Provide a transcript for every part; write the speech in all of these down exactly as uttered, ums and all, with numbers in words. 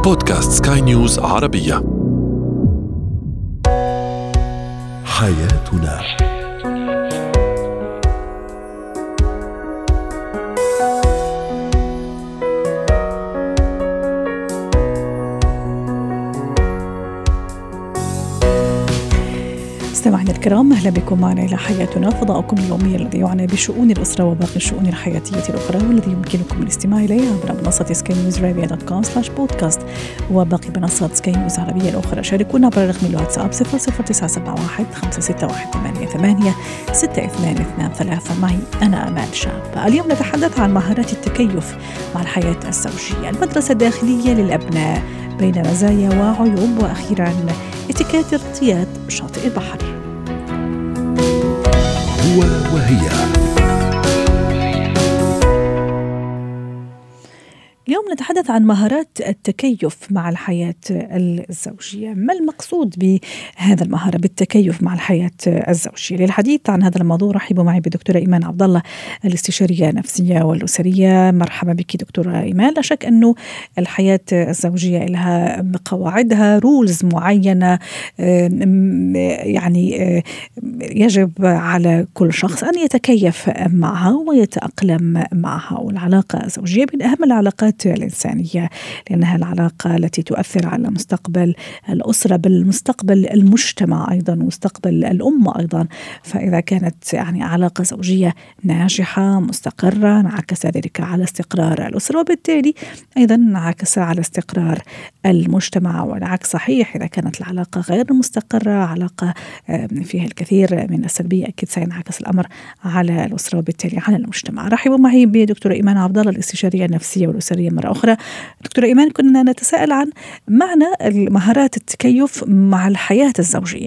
بودكاست سكاي نيوز عربية. حياتنا. مستمعينا الكرام، أهلا بكم معنا إلى حياتنا، فضاؤكم اليومي الذي يعنى بشؤون الأسرة وباقي الشؤون الحياتية الأخرى، والذي يمكنكم الاستماع إليه عبر منصة سكاي نيوز عربية دوت كوم سلاش بودكاست وباقي منصات سكاي نيوز عربية الأخرى. شاركونا عبر رقم الواتساب صفر صفر تسعة سبعة واحد خمسة ستة واحد ثمانية ثمانية ستة اثنان اثنان ثلاثة. معي أنا أمال شاب. اليوم نتحدث عن مهارات التكيف مع الحياة الزوجية، المدرسة الداخلية للأبناء بين مزايا وعيوب، وأخيرا اتيكيت ارتياد شاطئ البحر. هو وهي. اليوم نتحدث عن مهارات التكيف مع الحياة الزوجية. ما المقصود بهذا المهارة بالتكيف مع الحياة الزوجية؟ للحديث عن هذا الموضوع رحبوا معي بدكتورة إيمان عبد الله، الاستشارية النفسية والأسرية. مرحبا بك دكتورة إيمان. لا شك أنه الحياة الزوجية لها قواعدها، رولز معينة، يعني يجب على كل شخص أن يتكيف معها ويتأقلم معها. والعلاقة الزوجية من أهم العلاقات الإنسانية، لأنها العلاقة التي تؤثر على مستقبل الأسرة، بالمستقبل المجتمع أيضا، ومستقبل الأمة أيضا. فإذا كانت يعني علاقة زوجية ناجحة مستقرة، انعكس ذلك على استقرار الأسرة، وبالتالي أيضا انعكس على استقرار المجتمع. والعكس صحيح، إذا كانت العلاقة غير مستقرة، علاقة فيها الكثير من السلبية، أكيد سينعكس الأمر على الأسرة وبالتالي على المجتمع. رحبوا معي بدكتورة إيمان عبد الله، الاستشارية النفسية والأسرية مرة أخرى. دكتورة إيمان، كنا نتساءل عن معنى مهارات التكيف مع الحياة الزوجية.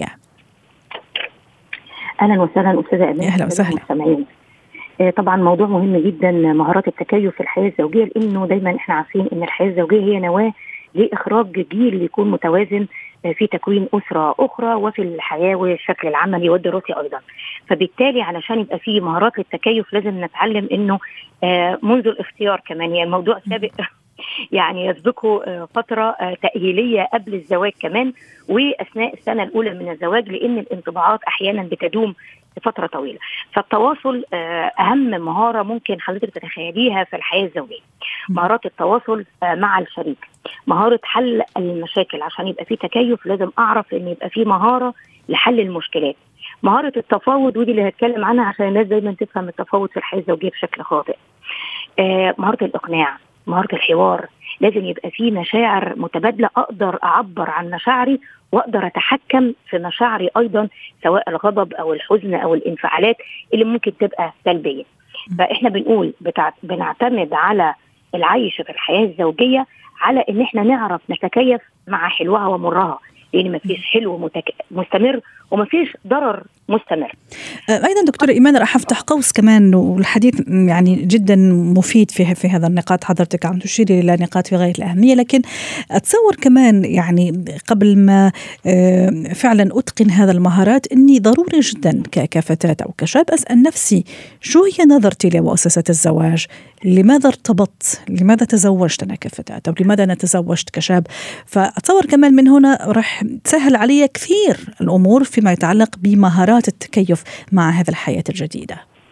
أهلا وسهلا أستاذة أمين. أهلا وسهلا. طبعا موضوع مهم جدا، مهارات التكيف في الحياة الزوجية، لأنه دايما إحنا عارفين أن الحياة الزوجية هي نواة لإخراج جيل يكون متوازن في تكوين أسرة أخرى وفي الحياة والشكل العملي والدراسي أيضا. فبالتالي علشان يبقى فيه مهارات للتكيف لازم نتعلم أنه منذ الاختيار كمان، يعني الموضوع سابق يعني يسبقه فترة تأهيلية قبل الزواج كمان، وأثناء السنة الأولى من الزواج، لأن الانطباعات أحيانا بتدوم فترة طويلة. فالتواصل أهم مهارة ممكن حضرتك تتخيليها في الحياة الزوجية. مهارات التواصل مع الشريك، مهارة حل المشاكل. عشان يبقى فيه تكيف لازم أعرف أن يبقى فيه مهارة لحل المشكلات. مهارة التفاوض، ودي اللي هتكلم عنها عشان الناس دايما تفهم التفاوض في الحياة الزوجية بشكل خاطئ. مهارة الإقناع، مهارة الحوار. لازم يبقى فيه مشاعر متبادلة، أقدر أعبر عن مشاعري وأقدر أتحكم في مشاعري أيضا، سواء الغضب أو الحزن أو الانفعالات اللي ممكن تبقى سلبية. فإحنا بنقول بتاع... بنعتمد على العيش في الحياة الزوجية على إن إحنا نعرف نتكيف مع حلوها ومرها، لأن ما فيش حلو متك... مستمر وما فيش ضرر مستمر. أيضا دكتورة إيمان، راح أفتح قوس كمان، والحديث يعني جدا مفيد في في هذا النقاط. حضرتك عم تشيري إلى نقاط في غاية الأهمية، لكن أتصور كمان يعني قبل ما فعلا أتقن هذا المهارات إني ضروري جدا كفتاة أو كشاب أسأل نفسي شو هي نظرتي لمؤسسة الزواج؟ لماذا ارتبطت؟ لماذا تزوجت أنا كفتاة؟ أو لماذا أنا تزوجت كشاب؟ فأتصور كمان من هنا راح تسهل علي كثير الأمور فيما يتعلق بمهارات التكيف مع هذه الحياة الجديدة.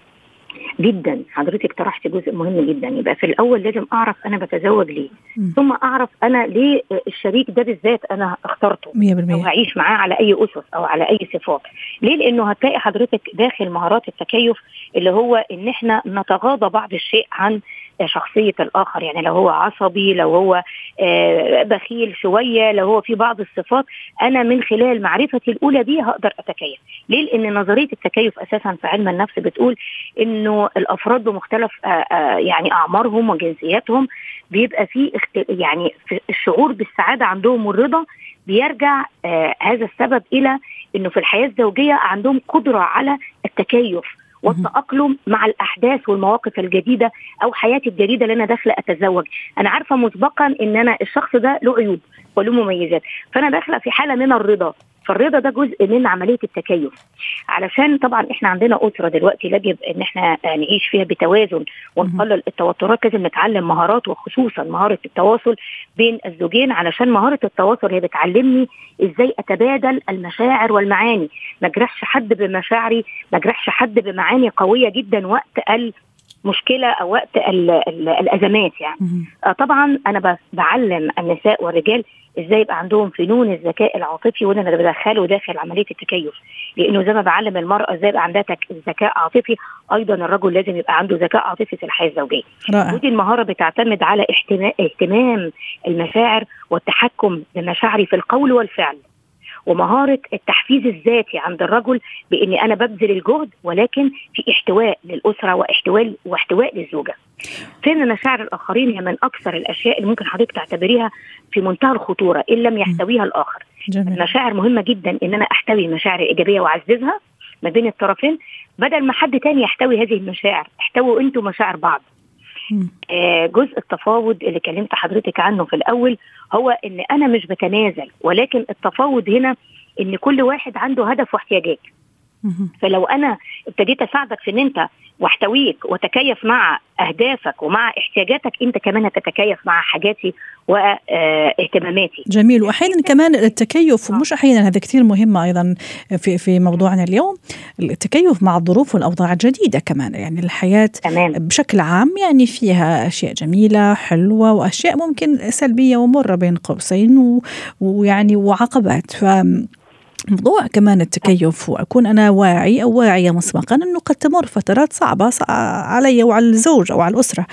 جدا حضرتك طرحت جزء مهم جدا. يبقى في الأول لازم أعرف أنا بتزوج ليه، م. ثم أعرف أنا ليه الشريك ده بالذات أنا اخترته مية بالمية، أو هعيش معاه على أي أسس أو على أي صفات. ليه؟ لأنه هتلاقي حضرتك داخل مهارات التكيف اللي هو إن إحنا نتغاضى بعض الشيء عن شخصية الآخر. يعني لو هو عصبي، لو هو بخيل شوية، لو هو في بعض الصفات، أنا من خلال معرفتي الأولى دي هقدر أتكيف. ليه؟ لأن نظرية التكيف أساسا في علم النفس بتقول إنه الأفراد بمختلف يعني أعمارهم وجنسياتهم بيبقى فيه يعني في الشعور بالسعادة عندهم والرضا بيرجع هذا السبب إلى إنه في الحياة الزوجية عندهم قدرة على التكيف والتأقلم مع الأحداث والمواقف الجديدة أو حياتي الجديدة اللي أنا داخلة أتزوج. أنا عارفة مسبقا إن أنا الشخص ده له عيوب وله مميزات، فأنا داخلة في حالة من الرضا فالرضا ده جزء من عمليه التكيف. علشان طبعا احنا عندنا اسره دلوقتي يجب ان احنا نعيش فيها بتوازن ونقلل التوترات، لازم نتعلم مهارات وخصوصا مهاره التواصل بين الزوجين، علشان مهاره التواصل هي بتعلمني ازاي اتبادل المشاعر والمعاني، ما اجرحش حد بمشاعري، ما اجرحش حد بمعاني قويه جدا وقت المشكله او وقت ال ال الازمات يعني. آه طبعا انا بعلم النساء والرجال ازاي يبقى عندهم فنون الذكاء العاطفي، وانا اللي بدخله داخل عمليه التكيف، لانه زي ما بعلم المراه ازاي يبقى عندها ذكاء عاطفي، ايضا الرجل لازم يبقى عنده ذكاء عاطفي في الحياه الزوجيه. ودي المهاره بتعتمد على اهتمام المشاعر والتحكم بمشاعري في القول والفعل، ومهارة التحفيز الذاتي عند الرجل بإني أنا ببذل الجهد ولكن في احتواء للأسرة واحتواء واحتواء للزوجة. فين مشاعر الآخرين هي من أكثر الأشياء اللي ممكن حضرتك تعتبريها في منتهى الخطورة إن لم يحتويها الآخر. المشاعر مهمة جدا إن أنا أحتوي مشاعر إيجابية وأعززها ما بين الطرفين، بدل ما حد تاني يحتوي هذه المشاعر. احتووا أنتوا مشاعر بعض. آه جزء التفاوض اللي كلمت حضرتك عنه في الأول هو إن أنا مش بتنازل، ولكن التفاوض هنا إن كل واحد عنده هدف واحتياجات. فلو أنا ابتديت أساعدك في إن أنت واحتويك وتكيف مع أهدافك ومع احتياجاتك، أنت كمان هتتكيف مع حاجاتي واهتماماتي. جميل. وأحيانا كمان التكيف، مش أحيانا، هذا كثير مهم أيضا في في موضوعنا اليوم، التكيف مع الظروف والأوضاع الجديدة كمان. يعني الحياة تمام. بشكل عام يعني فيها أشياء جميلة حلوة وأشياء ممكن سلبية ومرة بين قوسين ويعني وعقبات. ف موضوع كمان التكيف وأكون أنا واعي أو واعية مسبقا أنه قد تمر فترات صعبة علي وعلى الزوج أو على الأسرة،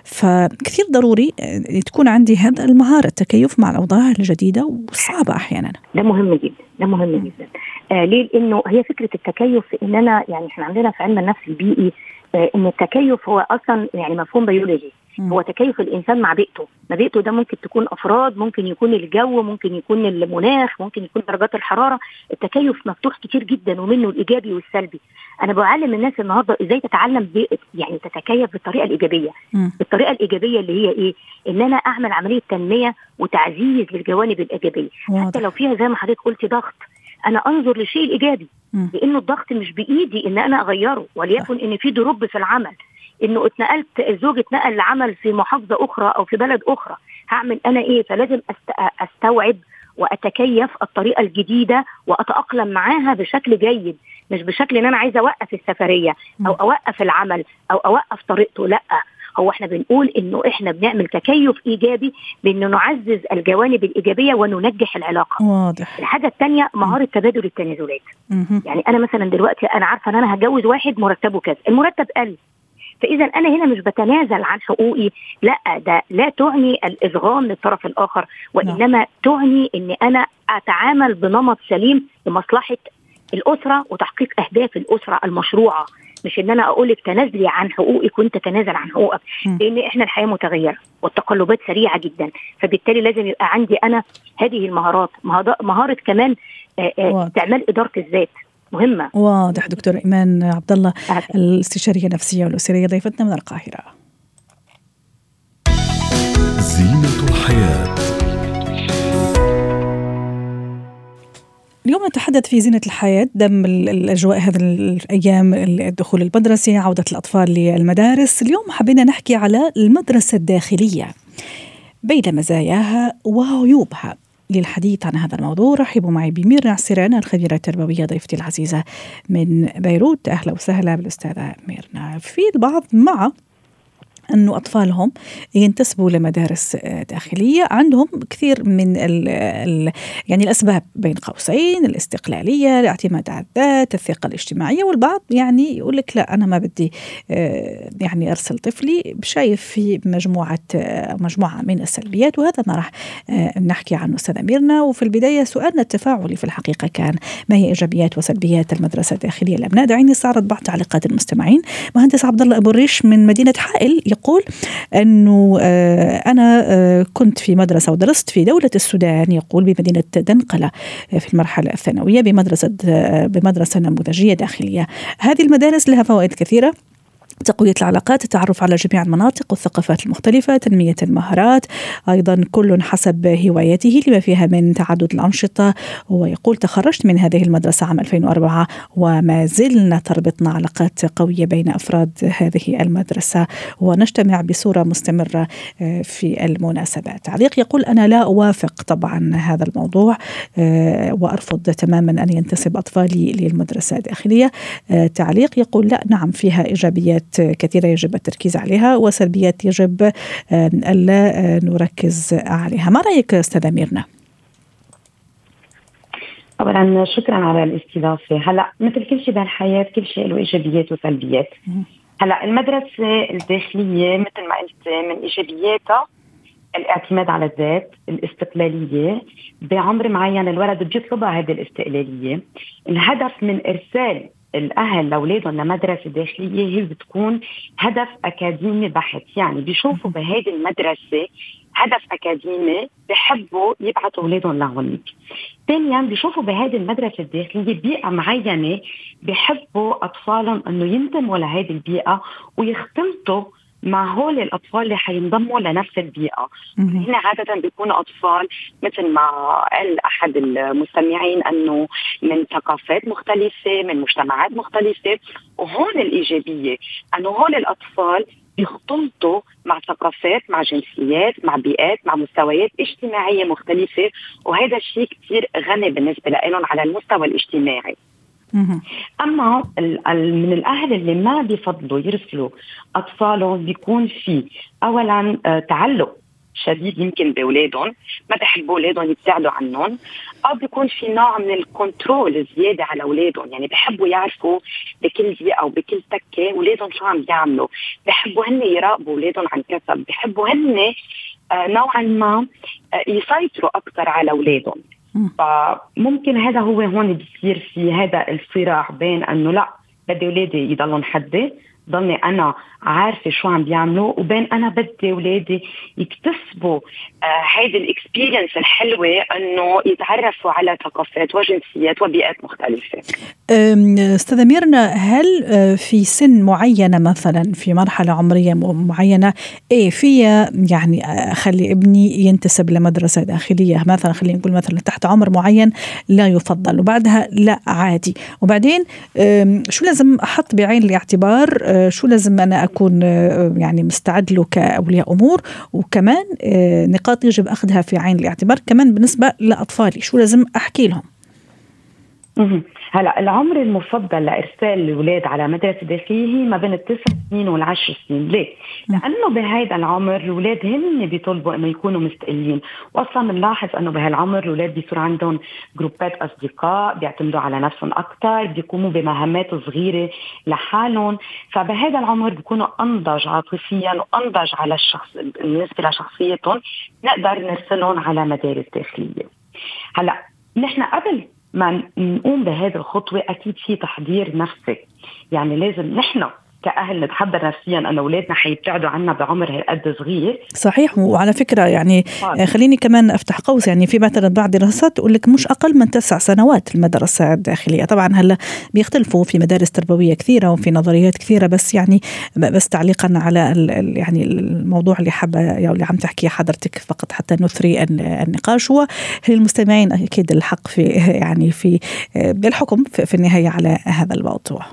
فكثير ضروري تكون عندي هذا المهارة التكيف مع الأوضاع الجديدة والصعبة أحيانا. ده مهم جدا، ده مهم جدا. آه ليه؟ لأنه هي فكرة التكيف إن أنا يعني إحنا عندنا في علم النفس البيئي آه إن التكيف هو أصلا يعني مفهوم بيولوجي، هو تكيف الإنسان مع بيئته. ما بيئته ده ممكن تكون أفراد، ممكن يكون الجو، ممكن يكون المناخ، ممكن يكون درجات الحرارة. التكيف مفتوح كتير جدا ومنه الإيجابي والسلبي. أنا بعلم الناس النهاردة إزاي تتعلم بيئة يعني تتكيف بالطريقة الإيجابية. م. بالطريقة الإيجابية اللي هي إيه؟ إن أنا أعمل عملية تنمية وتعزيز للجوانب الإيجابية. واضح. حتى لو فيها زي ما حضرتك قلتي ضغط، أنا أنظر للشيء الإيجابي، م. لأنه الضغط مش بإيدي إن أنا أغيره، وليكن إن في دروب في العمل، انه اتنقلت الزوج اتنقل لعمل في محافظه اخرى او في بلد اخرى، هعمل انا ايه؟ فلازم استوعب واتكيف الطريقه الجديده واتاقلم معاها بشكل جيد، مش بشكل ان انا عايزه اوقف السفريه او اوقف العمل او اوقف طريقته. لا، هو احنا بنقول انه احنا بنعمل تكيف ايجابي بانه نعزز الجوانب الايجابيه وننجح العلاقه. واضح. الحاجه الثانيه مهاره تبادل التنازلات. يعني انا مثلا دلوقتي انا عارفه ان انا هتجوز واحد مرتبه كذا، المرتب قل، فإذا أنا هنا مش بتنازل عن حقوقي، لا، ده لا تعني الإصغام للطرف الآخر، وإنما تعني أن أنا أتعامل بنمط سليم لمصلحة الأسرة وتحقيق أهداف الأسرة المشروعة، مش إن أنا أقولك تنازلي عن حقوقك وأنت تنازل عن حقوقك، لأن إحنا الحياة متغيرة والتقلبات سريعة جدا، فبالتالي لازم يبقى عندي أنا هذه المهارات. مهارة كمان استعمال إدارة الذات مهمة. واضح. دكتور إيمان عبد الله الاستشارية النفسية والأسرية ضيفتنا من القاهرة. زينة الحياة. اليوم نتحدث في زينة الحياة دم الأجواء هذه الأيام، الدخول المدرسي، عودة الأطفال للمدارس. اليوم حبينا نحكي على المدرسة الداخلية بين مزاياها وعيوبها. للحديث عن هذا الموضوع رحبوا معي بميرنا عسيران الخبيرة التربوية ضيفتي العزيزة من بيروت. أهلا وسهلا بالأستاذة ميرنا. في البعض مع أنه أطفالهم ينتسبوا لمدارس داخلية، عندهم كثير من ال ال يعني الأسباب بين قوسين، الاستقلالية، الاعتماد على الذات، الثقة الاجتماعية، والبعض يعني يقول لك لا أنا ما بدي يعني أرسل طفلي، شايف في مجموعة مجموعة من السلبيات، وهذا ما راح نحكي عنه أستاذة ميرنا. وفي البداية سؤالنا التفاعلي في الحقيقة كان: ما هي إيجابيات وسلبيات المدرسة الداخلية للأبناء؟ دعيني استعرض بعض تعليقات المستمعين. مهندس عبد الله أبو الريش من مدينة حائل يقول أنه أنا كنت في مدرسة ودرست في دولة السودان، يقول بمدينة دنقلة في المرحلة الثانوية بمدرسة بمدرسة نموذجية داخلية. هذه المدارس لها فوائد كثيرة تقوية العلاقات، التعرف على جميع المناطق والثقافات المختلفة، تنمية المهارات، أيضا كل حسب هوايته لما فيها من تعدد الأنشطة. ويقول تخرجت من هذه المدرسة عام ألفين وأربعة وما زلنا تربطنا علاقات قوية بين أفراد هذه المدرسة ونجتمع بصورة مستمرة في المناسبات. تعليق يقول أنا لا أوافق طبعا هذا الموضوع وأرفض تماما أن ينتسب أطفالي للمدرسة الداخلية. تعليق يقول لا، نعم فيها إيجابيات كثيرة يجب التركيز عليها وسلبيات يجب ألا نركز عليها. ما رأيك أستاذة ميرنا؟ أولا شكرا على الاستضافة. هلأ مثل كل شيء بالحياة كل شيء له إيجابيات وسلبيات. هلأ المدرسة الداخلية مثل ما قلت من إيجابياتها الاعتماد على الذات، الاستقلالية. بعمر معين الولد بيطلبها هذه الاستقلالية. الهدف من إرسال الأهل لأولادهم لمدرسة داخلية هي بتكون هدف أكاديمي بحت، يعني بيشوفوا بهذه المدرسة هدف أكاديمي بيحبوا يبعثوا أولادهم لهونيك. ثانيا بيشوفوا بهذه المدرسة الداخلية بيئة معينة بيحبوا أطفالهم أنه ينتموا لهذه البيئة ويختلطوا مع هول الأطفال اللي حينضموا لنفس البيئة. هنا عادة بيكونوا أطفال مثل ما قال أحد المستمعين أنه من ثقافات مختلفة، من مجتمعات مختلفة. وهون الإيجابية أنه هول الأطفال يختلطوا مع ثقافات، مع جنسيات، مع بيئات، مع مستويات اجتماعية مختلفة، وهذا الشيء كتير غني بالنسبة لهم على المستوى الاجتماعي. أما من الأهل اللي ما بيفضلوا يرسلوا أطفالهم بيكون في أولا تعلق شديد يمكن بأولادهم، ما بيحبوا أولادهم يبتعدوا عنهم، أو بيكون في نوع من الكنترول الزيادة على أولادهم، يعني بيحبوا يعرفوا بكل دقيقة أو بكل تكة أولادهم شو عم بيعملوا، بيحبوا هن يراقبوا أولادهم عن كثب، بيحبوا هن نوعا ما يسيطروا أكثر على أولادهم. فممكن هذا هو هون بيصير في هذا الصراع بين أنه لا بدي أولادي يضلون حدي، ضلني أنا عارفة شو عم بيعملوا، وبين أنا بدي أولادي يكتسبوا هيدي آه الإكسبيرينس الحلوة أنه يتعرفوا على ثقافات وجنسيات وبيئات مختلفة. أستاذة ميرنا، هل في سن معينة مثلا في مرحلة عمرية معينة إيه فيها يعني أخلي ابني ينتسب لمدرسة داخلية مثلا، خلينا نقول مثلا تحت عمر معين لا يفضل وبعدها لا عادي، وبعدين شو لازم أحط بعين الاعتبار، شو لازم أنا أكون يعني مستعد له كأولياء أمور، وكمان نقاط يجب أخذها في عين الاعتبار كمان بالنسبة لأطفالي، شو لازم أحكي لهم؟ هلا العمر المفضل لإرسال الأولاد على مدرسة داخلية هي ما بين التسع سنين والعشر سنين. ليه؟ لأنه بهذا العمر الأولاد هن بيطلبوا إنه يكونوا مستقلين، وأصلا بنلاحظ إنه بهالعمر الأولاد بيصير عندهم جروبات أصدقاء، بيعتمدوا على نفسهم أكتر، بيقوموا بمهمات صغيرة لحالهم، فبهذا العمر بيكونوا أنضج عاطفيا وأنضج على الشخص بالنسبة لشخصيتهم، نقدر نرسلهم على مدارس داخلية. هلا نحن قبل ما نقوم بهذه الخطوة أكيد في تحضير نفسي، يعني لازم نحن كأهل نتحضر نفسيا أن أولادنا حيبتعدوا عنا بعمر هالقد صغير. صحيح. وعلى فكرة يعني آه. خليني كمان أفتح قوس، يعني في مثلا بعض دراسات تقول لك مش أقل من تسع سنوات المدرسة الداخلية. طبعا هلا بيختلفوا في مدارس تربوية كثيرة وفي نظريات كثيرة، بس يعني بس تعليقا على يعني الموضوع اللي حابة يعني اللي عم تحكي حضرتك فقط حتى نثري النقاش، وللمستمعين أكيد الحق في يعني في بالحكم في النهاية على هذا الموضوع.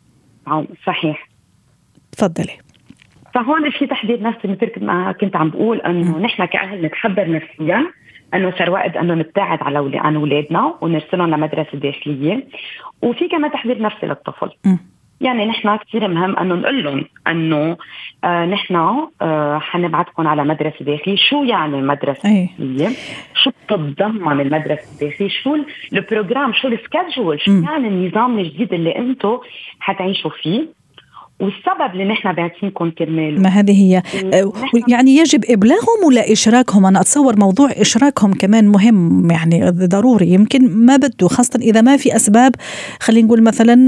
صحيح. تفضلي. فهون في تحديد نفسي مثل ما كنت عم بقول انه نحن كأهل نتحضر نفسيا انه صار وقت انه نبتعد على عن اولادنا ونرسلهم لمدرسه داخليه، وفي كمان تحضير نفسي للطفل. م. يعني نحن كثير مهم انه نقول لهم انه آه نحن آه حنبعتكم على مدرسه داخليه. شو يعني المدرسه الداخليه؟ شو بتتضمن المدرسه الداخليه؟ شو البروجرام؟ شو السكادجول؟ شو يعني النظام الجديد اللي انتم حتعيشوا فيه؟ والسبب اللي نحن بعتينكم كرماله. ما هذه هي يعني يجب إبلاغهم ولا إشراكهم؟ أنا أتصور موضوع إشراكهم كمان مهم، يعني ضروري، يمكن ما بده، خاصة إذا ما في أسباب خلينا نقول مثلا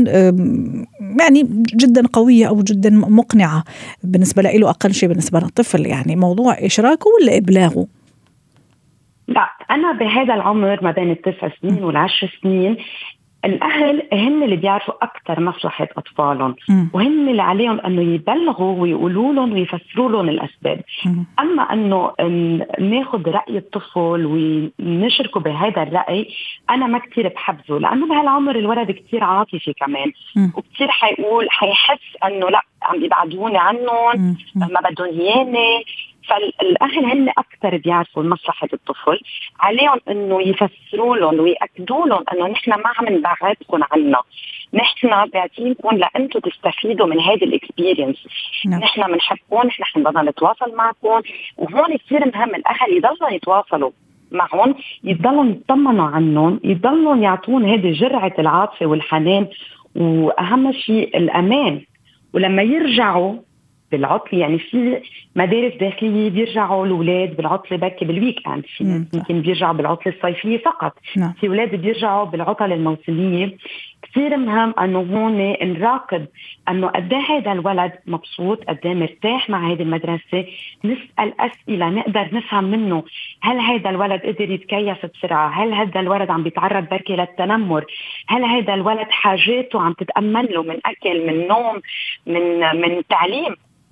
يعني جدا قوية أو جدا مقنعة بالنسبة له، أقل شيء بالنسبة للطفل، يعني موضوع إشراكه ولا إبلاغه؟ لا، أنا بهذا العمر ما بين التسع سنين والعشر سنين الأهل هن اللي بيعرفوا أكتر مصلحة أطفالهم، وهن اللي عليهم أنه يبلغوا ويقولوا لهم ويفسروا لهم الأسباب. م. أما أنه ناخد رأي الطفل ونشركه بهذا الرأي، أنا ما كتير بحبزه، لأنه بهالعمر الولد كتير عاطفي كمان، م. وكتير حيقول حيحس أنه لا عم بيبعدوني عنهم، ما بدهم ياني. فالأهل هن أكثر بيعرفوا مصلحة الطفل، عليهم إنه يفسروا لهم ويأكدوا لهم إنه نحن ما عم نبعدكم عنا، نحن بعتينكم لأنتم تستفيدوا من هذه الإكسبيرينس. نحن بنحبكم، نحن حنضل نتواصل معكم. وهون كثير مهم الأهل يضلوا يتواصلوا معهم، يضلوا يطمنوا عنهم، يضلوا يعطون هذه جرعة العاطفة والحنان، وأهم شيء الأمان. ولما يرجعوا بالعطل، يعني في مدارس داخلية بيرجعوا الأولاد بالعطل بكي بالويك أند، في ناس يمكن بيرجعوا بالعطل الصيفية فقط، نعم. في أولاد بيرجعوا بالعطل الموسمية. كثير مهم أنه هون نراقب أنه قديه هذا الولد مبسوط، قديه مرتاح مع هذه المدرسة، نسأل أسئلة نقدر نفهم منه هل هذا الولد قدر يتكيف بسرعة، هل هذا الولد عم بيتعرض بركي للتنمر، هل هذا الولد حاجاته عم تتأمن له من أكل، من نوم، من من تعليم.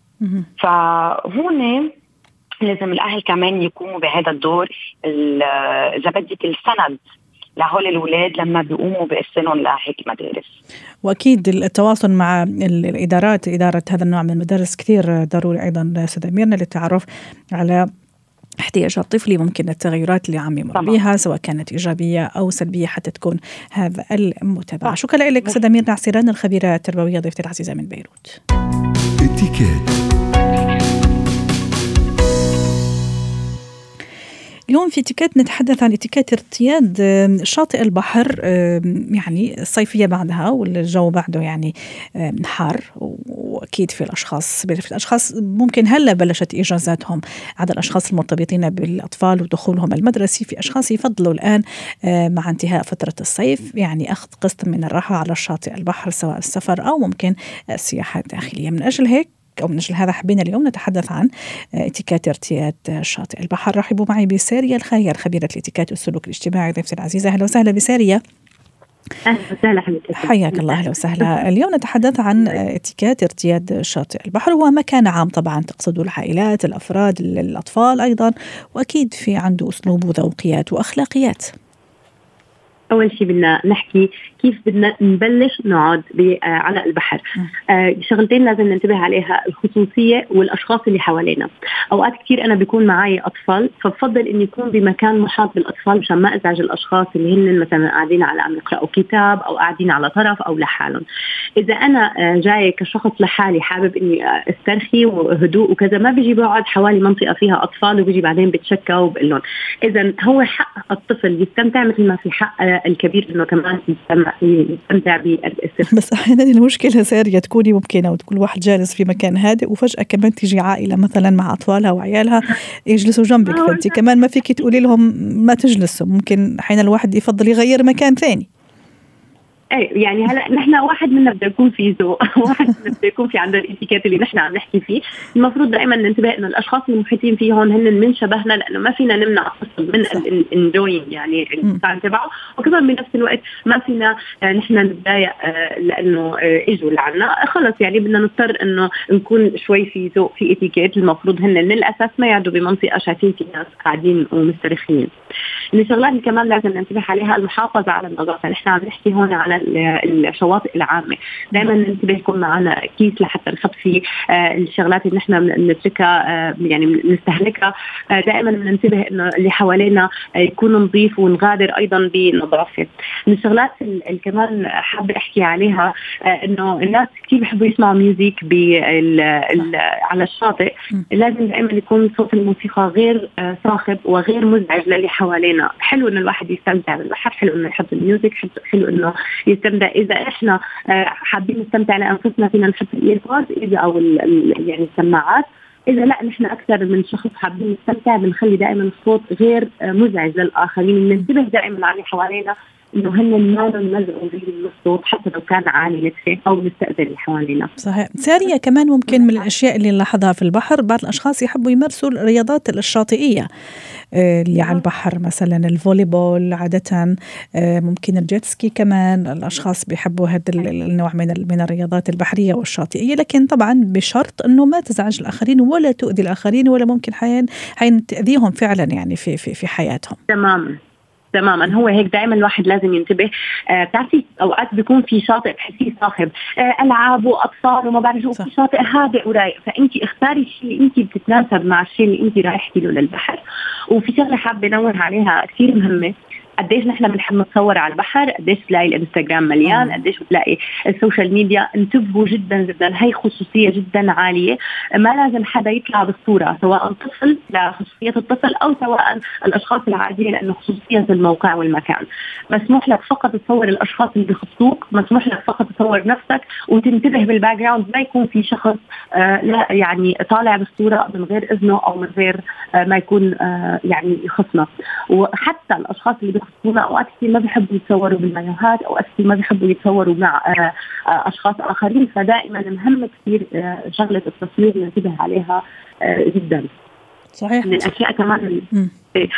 فهون لازم الأهل كمان يقوموا بهذا الدور، إذا بدك السند لهول الأولاد لما بيقوموا بإرسالهم لهيك مدارس. وأكيد التواصل مع الإدارات، إدارة هذا النوع من المدارس كثير ضروري أيضا سيدة أميرنا، للتعرف على احتياجات طفلي، ممكن التغيرات اللي عم يمر بها سواء كانت إيجابية أو سلبية حتى تكون هذا المتابعة. شكرا لك سيدة أميرنا عسيران، الخبيرة التربوية ضيفتي العزيزة من بيروت. اليوم في اتيكيت نتحدث عن اتيكيت ارتياد شاطئ البحر، يعني الصيفية بعدها والجو بعده يعني حار، وأكيد في الأشخاص في الأشخاص ممكن هلا بلشت إجازاتهم، عدد الأشخاص المرتبطين بالأطفال ودخولهم المدرسي، في أشخاص يفضلوا الآن مع انتهاء فترة الصيف يعني أخذ قسط من الراحة على شاطئ البحر، سواء السفر أو ممكن السياحة الداخلية. من أجل هيك أو من أجل هذا حبينا اليوم نتحدث عن اتيكيت ارتياد شاطئ البحر. رحبوا معي بسارية الخير، خبيرة الاتيكيت والسلوك الاجتماعي ضيفتي العزيزة. أهلا وسهلا بسارية. أهلا وسهلا حبيبتي. حياك الله. أهلا وسهلا. اليوم نتحدث عن اتيكيت ارتياد شاطئ البحر، هو مكان عام طبعا تقصد العائلات، الأفراد، الأطفال أيضا، وأكيد في عنده أسلوب وذوقيات وأخلاقيات. أول شيء بدنا نحكي كيف بدنا نبلش نقعد على البحر. آه شغلتين لازم ننتبه عليها، الخصوصية والأشخاص اللي حوالينا. أوقات كتير أنا بيكون معي أطفال، فبفضل إني يكون بمكان محاط بالأطفال مشان ما أزعج الأشخاص اللي هن مثلا قاعدين على عم يقرأوا كتاب أو قاعدين على طرف أو لحالهم. إذا أنا جاي كشخص لحالي حابب إني استرخي وهدوء وكذا، ما بيجي بقعد حوالي منطقة فيها أطفال وبيجي بعدين بتشكى وبقلون. إذا هو حق الطفل يستمتع مثل ما في حق الكبير إنه كمان يستمتع بالاسترخاء. بس أحيانا المشكلة سارية تكوني ممكنة وتكون واحد جالس في مكان هادئ وفجأة كمان تيجي عائلة مثلا مع أطفالها وعيالها يجلسوا جنبك، فأنت كمان ما فيك تقولي لهم ما تجلسوا، ممكن أحيانا الواحد يفضل يغير مكان ثاني. اي يعني هلا نحن واحد منا بده يكون في ذوق، واحد منا بده يكون في عنده الاتيكيت اللي نحن عم نحكي فيه. المفروض دائما ننتبه انه الاشخاص المحيطين فيهم هن من شبهنا، لانه ما فينا نمنع الطفل من الانجوينج يعني الانسان تبعه، وكمان بنفس الوقت ما فينا نحن نتضايق لانه اجوا لعنا. خلص يعني بدنا نضطر انه نكون شوي في ذوق، في اتيكيت. المفروض هن من الاساس ما يقعدوا بمنطقه شايفين في ناس قاعدين ومسترخين. من الشغلات اللي كمان لازم ننتبه عليها المحافظه على النظافه. نحن عم نحكي هون على الشواطئ العامة، دائما ننتبه يكون معنا كيس لحتى نحط فيه الشغلات اللي نحن بنتركها يعني بنستهلكها. دائما ننتبه انه اللي حوالينا يكون نظيف ونغادر ايضا بنظافة. من الشغلات اللي كمان حابة احكي عليها انه الناس كتير بيحبوا يسمعوا ميوزك على الشاطئ. لازم دائما يكون صوت الموسيقى غير صاخب وغير مزعج للي حوالينا. حلو انه الواحد يستمتع بالبحر، حلو انه يحط الميوزك، حلو انه يستمتع. إذا إحنا حابين نستمتع لأنفسنا فينا نحط الإيربودز إذا أو يعني السماعات. إذا لا نحن أكثر من شخص حابين نستمتع بنخلي دائما الصوت غير مزعج للآخرين. ننتبه دائما على اللي حوالينا إنه هن ما نمزعوا بالصوت حتى لو كان عالي نتفه أو نستأذن اللي حوالينا. صحيح. سارية كمان ممكن من الأشياء اللي نلاحظها في البحر بعض الأشخاص يحبوا يمارسوا الرياضات الشاطئية، اللي على البحر، مثلا الفوليبول عادة، ممكن الجيتسكي كمان. الأشخاص بيحبوا هذا النوع من من الرياضات البحرية والشاطئية، لكن طبعا بشرط أنه ما تزعج الآخرين ولا تؤذي الآخرين، ولا ممكن حين حين تأذيهم فعلا يعني في في في حياتهم. تماما تماما. هو هيك دائما الواحد لازم ينتبه. آه بتعرفي اوقات بيكون في شاطئ بحسيه صاخب، آه العاب واطفال وما بعرف شو، في شاطئ هادئ ورايق، فانت اختاري الشيء اللي انت بتتناسب مع الشيء اللي انت رايحتي له للبحر. وفي شغله حابه نوه عليها كثير مهمه، قديش نحن بنحب نتصور على البحر، قديش تلاقي الانستغرام مليان، قديش بتلاقي السوشيال ميديا. انتبهوا جدا جدا، هي خصوصية جدا عالية، ما لازم حدا يطلع بالصورة، سواء طفل لخصوصية الطفل أو سواء الأشخاص العادية لأنه خصوصية الموقع والمكان. مسموح لك فقط تصور الأشخاص اللي بيخصوك، مسموح لك فقط تصور نفسك، وتنتبه بالباك جراوند ما يكون في شخص آه لا يعني طالع بالصورة من غير إذنه أو من غير آه ما يكون آه يعني يخصنا. وحتى الأشخاص اللي بيخصونا أوقات كثير ما بيحبوا يتصوروا بالمايوهات، أوقات كثير ما بيحبوا يتصوروا مع آه آه أشخاص آخرين، فدائما مهم كثير آه شغلة التصوير ننتبه عليها آه جدا. صحيح. من الأشياء كمان م.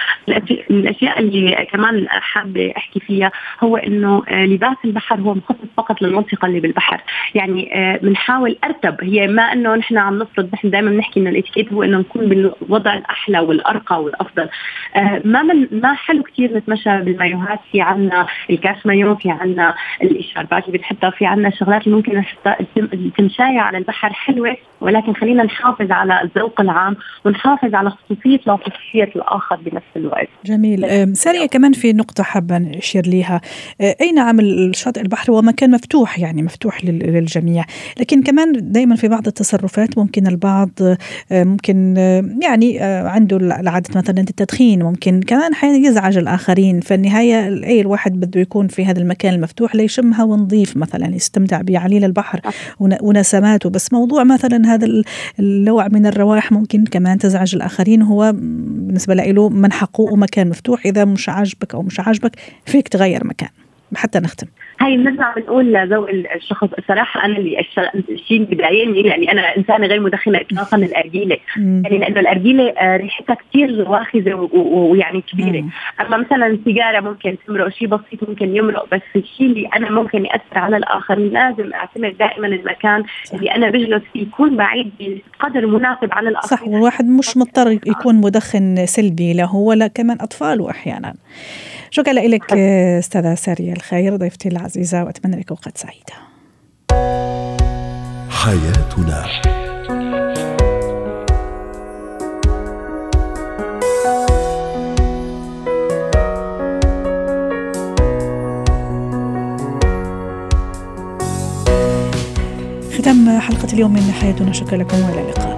من الأشياء اللي كمان حابة أحكي فيها هو إنه لباس البحر هو مخصص فقط للمنطقة اللي بالبحر. يعني بنحاول أرتب، هي ما إنه نحن عم نفرض، نحن دائما بنحكي إنه الإتيكيت هو إنه نكون بالوضع الأحلى والأرقى والأفضل. ما من ما حلو كتير نتمشى بالمايوهات، في عنا الكاش مايو، في عنا الشربات اللي بنحطها، في عنا الشغلات اللي ممكن نحطها. التمشاية على البحر حلوة، ولكن خلينا نحافظ على الذوق العام ونحافظ على خصوصية وخصوصية الآخر بنفس الوقت. جميل. سارية كمان في نقطة حابة نشير ليها، أي نعم الشاطئ البحر هو مكان مفتوح، يعني مفتوح للجميع، لكن كمان دايما في بعض التصرفات ممكن البعض ممكن يعني عنده العادة مثلا التدخين، ممكن كمان حين يزعج الآخرين. فالنهاية أي الواحد بده يكون في هذا المكان المفتوح ليشمها ونظيف، مثلا يستمتع بعليل البحر ونسماته. بس موضوع مثلا هذا النوع من الروائح ممكن كمان تزعج الآخرين، هو بالنسبة له من حقه مكان مفتوح. إذا مش عاجبك أو مش عاجبك فيك تغير مكان. حتى نختم، هاي بنرجع بنقول لذوق الشخص. الصراحة أنا اللي الشيء اللي بضايقني، يعني أنا إنسانة غير مدخنة إطلاقا، الأرجيلة، يعني لأنه الأرجيلة ريحتها كتير واخذة ويعني كبيرة. مم. أما مثلا السيجارة ممكن تمرق، شيء بسيط ممكن يمرق، بس الشيء اللي أنا ممكن يأثر على الآخرين لازم أعتمد دائما المكان صح. اللي أنا بجلس فيه يكون بعيد بقدر مناسب عن الآخرين. صح، والواحد مش مضطر يكون مدخن سلبي له، ولا كمان أطفاله أحيانا. شكرا لك أستاذة سارية الخير، ضيفتي العزيزة، وأتمنى لك أوقات سعيدة. حياتنا. ختام حلقة اليوم من حياتنا، شكرا لكم وإلى اللقاء.